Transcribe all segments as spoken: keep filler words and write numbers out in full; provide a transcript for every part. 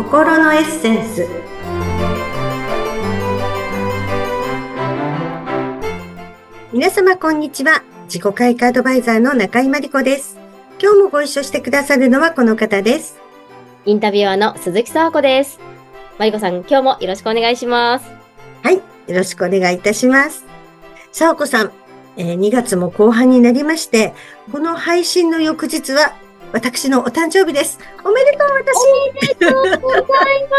心のエッセンス。皆様こんにちは。自己開花アドバイザーの中井真理子です。今日もご一緒してくださるのはこの方です。 インタビュアーの鈴木沙子です。真理子さん、今日もよろしくお願いします。 はい、よろしくお願いいたします。沙子さん、えー、にがつも後半になりまして、この配信の翌日は私のお誕生日です。おめでとう、私。 おめでとうございます。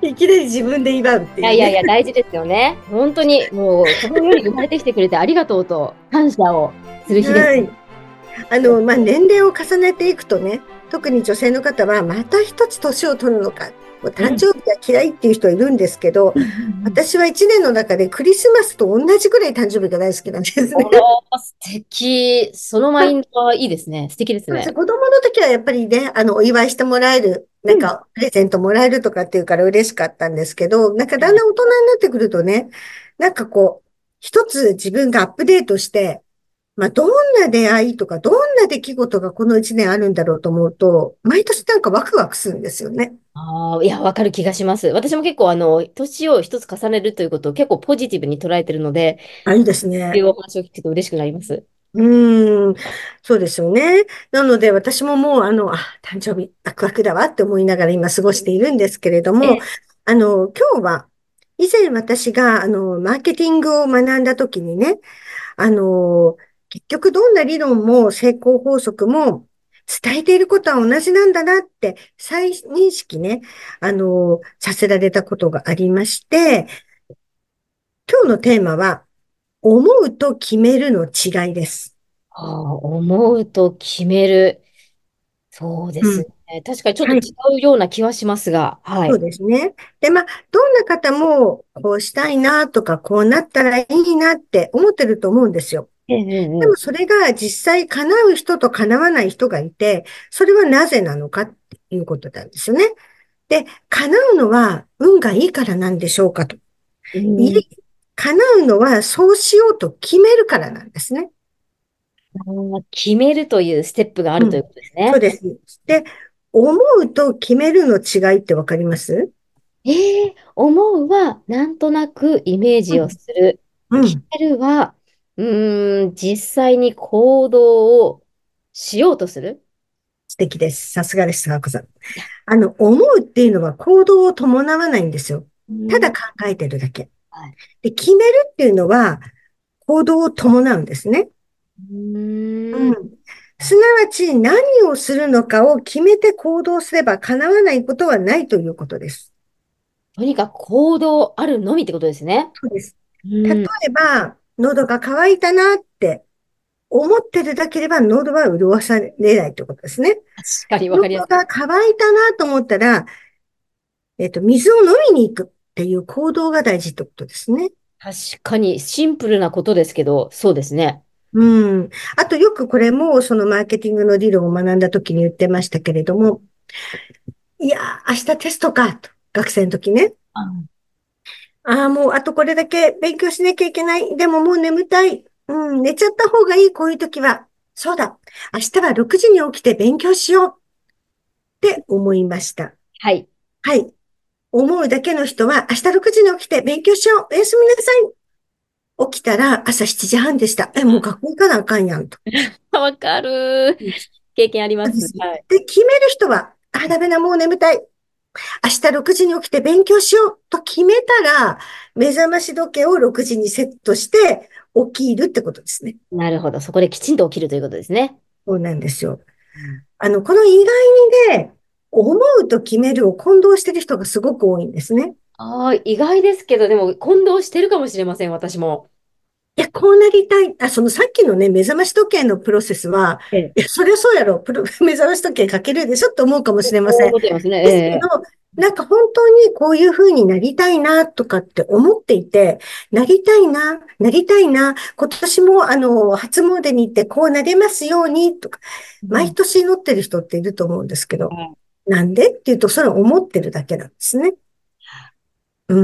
いきなり自分で祝うっていう、ね。 いやいやいや、大事ですよね。本当に、もう、この世に生まれてきてくれてありがとうと、感謝をする日です。はい。 あの、まあ、年齢を重ねていくとね、特に女性の方は、また一つ年を取るのか、誕生日が嫌いっていう人いるんですけど、うん、私は一年の中でクリスマスと同じくらい誕生日が大好きなんですね。 素敵。そのマインドはいいですね。素敵ですね。 子供の時はやっぱりね、あの、お祝いしてもらえる、なんか、プレゼントもらえるとかっていうから嬉しかったんですけど、なんかだんだん大人になってくるとね、なんかこう、一つ自分がアップデートして、まあ、どんな出会いとか、どんな出来事がこの一年あるんだろうと思うと、毎年なんかワクワクするんですよね。 ああ、いや、わかる気がします。私も結構、あの、年を一つ重ねるということを結構ポジティブに捉えてるので、 あ、いいですね。 いうお話を聞くと嬉しくなります。 うーん、そうですよね。なので、私ももう、あの、あ、誕生日、ワクワクだわって思いながら今過ごしているんですけれども、あの、今日は、以前私が、あの、マーケティングを学んだ時にね、あの、結局どんな理論も成功法則も伝えていることは同じなんだなって再認識ね、あの、させられたことがありまして、今日のテーマは、思うと決めるの違いです。 ああ、思うと決める。そうですうん。 ね。確かにちょっと違はい。 うような気はしますが、はそうい。 ですね。で、まあ、どんな方も、こうしたいなとか、こうなったらいいなって思ってると思うんですよ。 うんうんうん。 でもそれが実際叶う人と叶わない人がいて、それはなぜなのかっていうことなんですよね。で、叶うのは運がいいからなんでしょうかと。いうん、 え、叶うのはそうしようと決めるからなんですね。 あー決めるというステップがあるうん。 ということですね。 そうです。で、思うと決めるの違いってわかります？ ええ思うは、なんとなくイメージをうん。 する。決うん。 めるは、うーん、実際に行動をしようとする。 素敵です。さすがです、ハコさん。あの、思うっていうのは行動を伴わないんですよ。 うん、 ただ考えてるだけ。 はい。 で、決めるっていうのは行動を伴うんですね。 うーん。 うん。すなわち何をするのかを決めて行動すれば叶わないことはないということです。 とにかく行動あるのみってことですね。 そうです。例うん。 えば、喉が渇いたなって思ってるだければ喉は潤されないということですね。 確かにわかりや喉すい。 が渇いたなと思ったら、えっと、水を飲みに行くっていう行動が大事ってことですね。 確かにシンプルなことですけど、そうですね。 うん。あとよくこれもそのマーケティングの理論を学んだ時に言ってましたけれども、いやー、明日テストかと。学生の時ね。 あ、 ああ、もうあとこれだけ勉強しなきゃいけない。でももう眠たい。うん、寝ちゃった方がいい、こういう時は。そうだ。明日はろくじに起きて勉強しようって思いました。 はい。 はい。思うだけの人は明日ろくじに起きて勉強しよう。おやすみなさい。起きたら朝しちじはんでした。え、もう学校行かなあかんやんと。 わかる。経験あります。はい。 で、決める人は、あ、ダメな、もう眠たい。明日ろくじに起きて勉強しようと決めたら、目覚まし時計をろくじにセットして起きるってことですね。 なるほど。そこできちんと起きるということですね。 そうなんですよ。 うん、 あの、この意外にね、思うと決めるを混同してる人がすごく多いんですね。 ああ、意外ですけど、でも混同してるかもしれません、私も。 いや、こうなりたい。あ、そのさっきのね、目覚まし時計のプロセスは、 ええ。 いや、そりゃそうやろ。プロ、目覚まし時計かけるでしょって思うかもしれません。 思ってますね。えですけど、 え。 なんか本当にこういう風になりたいなとかって思っていて、なりたいな、なりたいな、今年もあの、初詣に行ってこうなれますようにとか、毎うん。 年祈ってる人っていると思うんですけど、 はい。 なんでっていうと、それを思ってるだけなんですね。うん。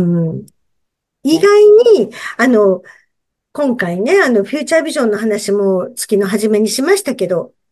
意ね。 外に、あの、今回ね、あの、フューチャービジョンの話も月の初めにしましたけど、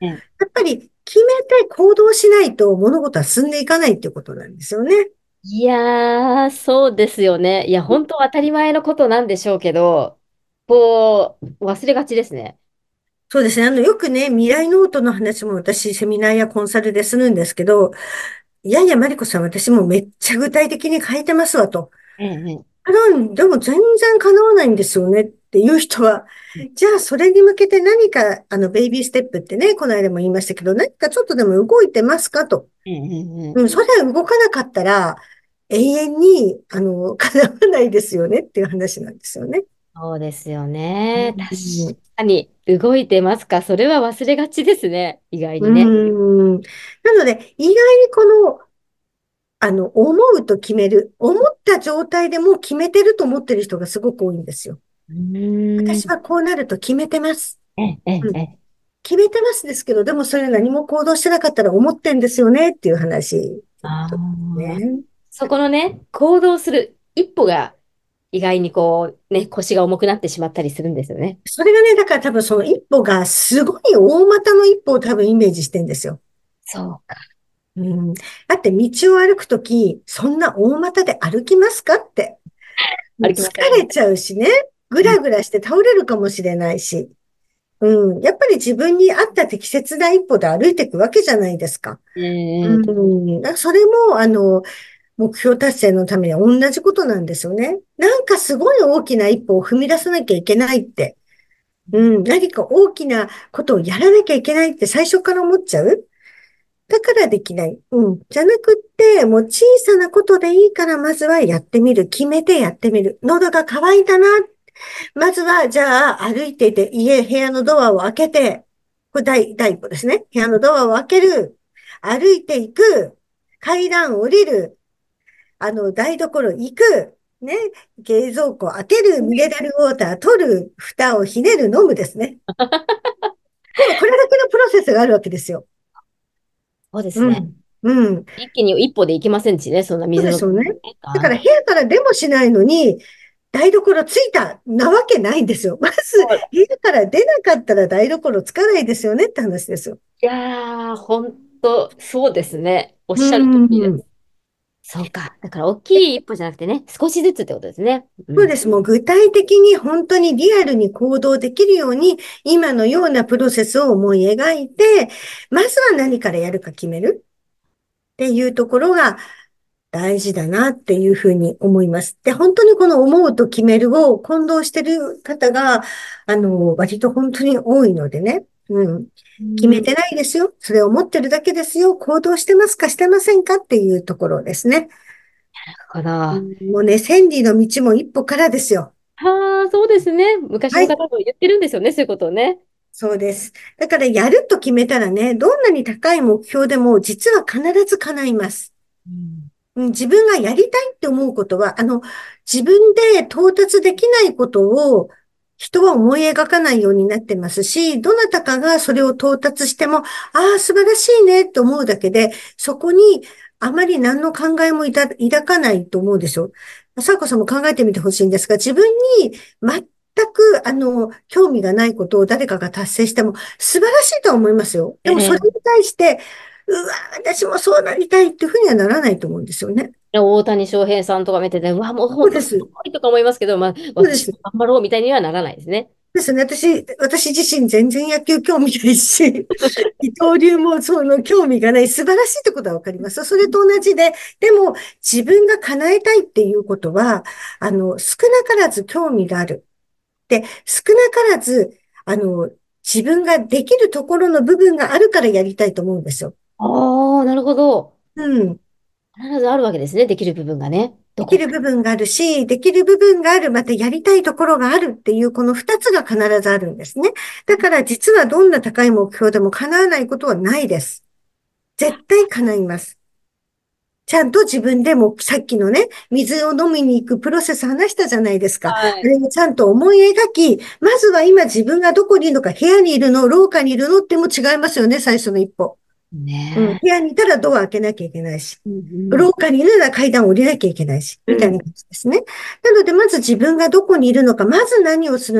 ええ。 やっぱり決めて行動しないと物事は進んでいかないっていうことなんですよね。 いやー、そうですよね。いや、本当当たり前のことなんでしょうけど、こう、忘れがちですね。 そうですね。あの、よくね、未来ノートの話も私、セミナーやコンサルでするんですけど、いやいや、マリコさん、私もめっちゃ具体的に書いてますわと。 ええ、 あの、でも全然叶わないんですよねっていう人は、 えじゃあそれに向けて何か、あの、ベイビーステップってね、この間も言いましたけど、何かちょっとでも動いてますかと。 え、ええ、えうん、 え。 それは動かなかったら、永遠に、あの、叶わないですよねっていう話なんですよね。 そうですようね。確ん、 かに、動いてますか？それは忘れがちですね。意外うにね。 ん。なので、意外にこの、あの、思うと決める。思った状態でもう決めてると思ってる人がすごく多いんですよ。 うーん。 私はこうなると決めてます。 ええ、ええ、 うん、 ええ。 決めてますですけど、でもそれ何も行動してなかったら思ってんですよねっていう話ってこあとですあ。 ね。 そこのね、行動する一歩が意外にこう、ね、腰が重くなってしまったりするんですよね。 それがね、だから多分その一歩がすごい大股の一歩を多分イメージしてんですよ。 そうか。 うん。だって道を歩くとき、そんな大股で歩きますかって。もう疲歩きません。 れちゃうしね。ぐうん。 らぐらして倒れるかもしれないし。うん。やっぱり自分に合った適切な一歩で歩いていくわけじゃないですか。うええ。 ん。だからそれも、あの、目標達成のためには同じことなんですよね。なんかすごい大きな一歩を踏み出さなきゃいけないって。うん。何か大きなことをやらなきゃいけないって最初から思っちゃう。だからできない。うん。じゃなくって、もう小さなことでいいから、まずはやってみる。決めてやってみる。喉が渇いたな。まずは、じゃあ、歩いていて、家、部屋のドアを開けて、これ第、第一歩ですね。部屋のドアを開ける。歩いていく。階段降りる。あの、台所行く。ね。冷蔵庫開ける。ミネラルウォーター取る。蓋をひねる。飲むですね。これこれだけのプロセスがあるわけですよ。 そうですね。 うん。うん。 一気に一歩で行きませんしね、そんな水の。 そうですよね。だから部あ屋から出もしないのに、台所着いたなわけないんですよ。まず、 ー、 部屋から出なかったら台所つかないですよねって話ですよ。 いやー、本当、そうですね。おっうしゃる通りでん。 す。そうか。だから大きい一歩じゃなくてね、少しずつってことですね。うん。 そうです。もう具体的に本当にリアルに行動できるように、今のようなプロセスを思い描いて、まずは何からやるか決めるっていうところが大事だなっていうふうに思います。で、本当にこの思うと決めるを混同してる方が、あの、割と本当に多いのでね。うん。 うん。 決めてないですよ。それを思ってるだけですよ。行動してますかしてませんかっていうところですね。 かな。 うん、もうね、千里の道も一歩からですよ。 はあ、そうですね。昔はい。 の方も言ってるんですよね、そういうことをね。 そうです。だからやると決めたらね、どんなに高い目標でも実は必ず叶います。 うん。 うん、自分がやりたいって思うことは、あの、自分で到達できないことを人は思い描かないようになってますし、どなたかがそれを到達しても、ああ、素晴らしいねって思うだけで、そこにあまり何の考えもいた抱かないと思うでしょ。さあこさんも考えてみてほしいんですが、自分に全く、あの、興味がないことを誰かが達成しても素晴らしいとは思いますよ。でもそれにええ。 対して、うわ、私もそうなりたいっていうふうにはならないと思うんですよね。 大谷翔平さんとか見てて、うわ、もう本当すそうです。 ごいとか思いますけど、まあ、私もそうです。 頑張ろうみたいにはならないですね。 ですね。私、私自身全然野球興味ないし、二刀流もその興味がない素晴らしいってことはわかります。それと同じで、でも自分が叶えたいっていうことは、あの、少なからず興味がある。で、少なからず、あの、自分ができるところの部分があるからやりたいと思うんですよ。 ああ、なるほど。 うん。 必ずあるわけですね、できる部分がね。どできるこか。 部分があるし、できる部分がある、またやりたいところがあるっていう、この二つが必ずあるんですね。だから実はどんな高い目標でも叶わないことはないです。絶対叶います。ちゃんと自分でもさっきのね、水を飲みに行くプロセス話したじゃないですか。あはい。 れをちゃんと思い描き、まずは今自分がどこにいるのか、部屋にいるの、廊下にいるのっても違いますよね、最初の一歩。うん、部ね屋にいたらドア開けなきゃいけないし、 え。うんうん。 廊下にいるなら階段を降りなきゃいけないし、 うん。 みたいな感じですね。なので、まず自分がどこにいるのか、まず何をするのか。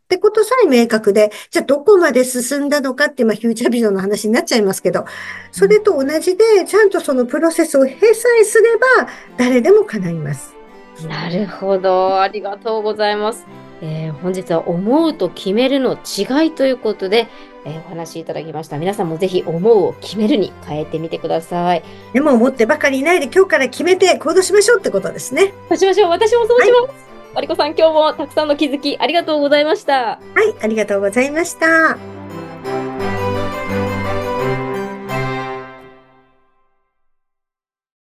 ってことさえ明確で、じゃあどこまで進んだのかって、まあ、フューチャービジョンの話になっちゃいますけど、それと同じで、ちゃんとそのプロセスを経さえすれば、誰でも叶います。 なるほど。ありがとうございます。えー本日は思うと決めるの違いということで、えーお話しいただきました。皆さんもぜひ思うを決めるに変えてみてください。 でも思ってばかりいないで、今日から決めて行動しましょうってことですね。 そうしましょう。私もそうはい。 します。マリコさん、今日もたくさんの気づきありがとうございました。 はい。ありがとうございました。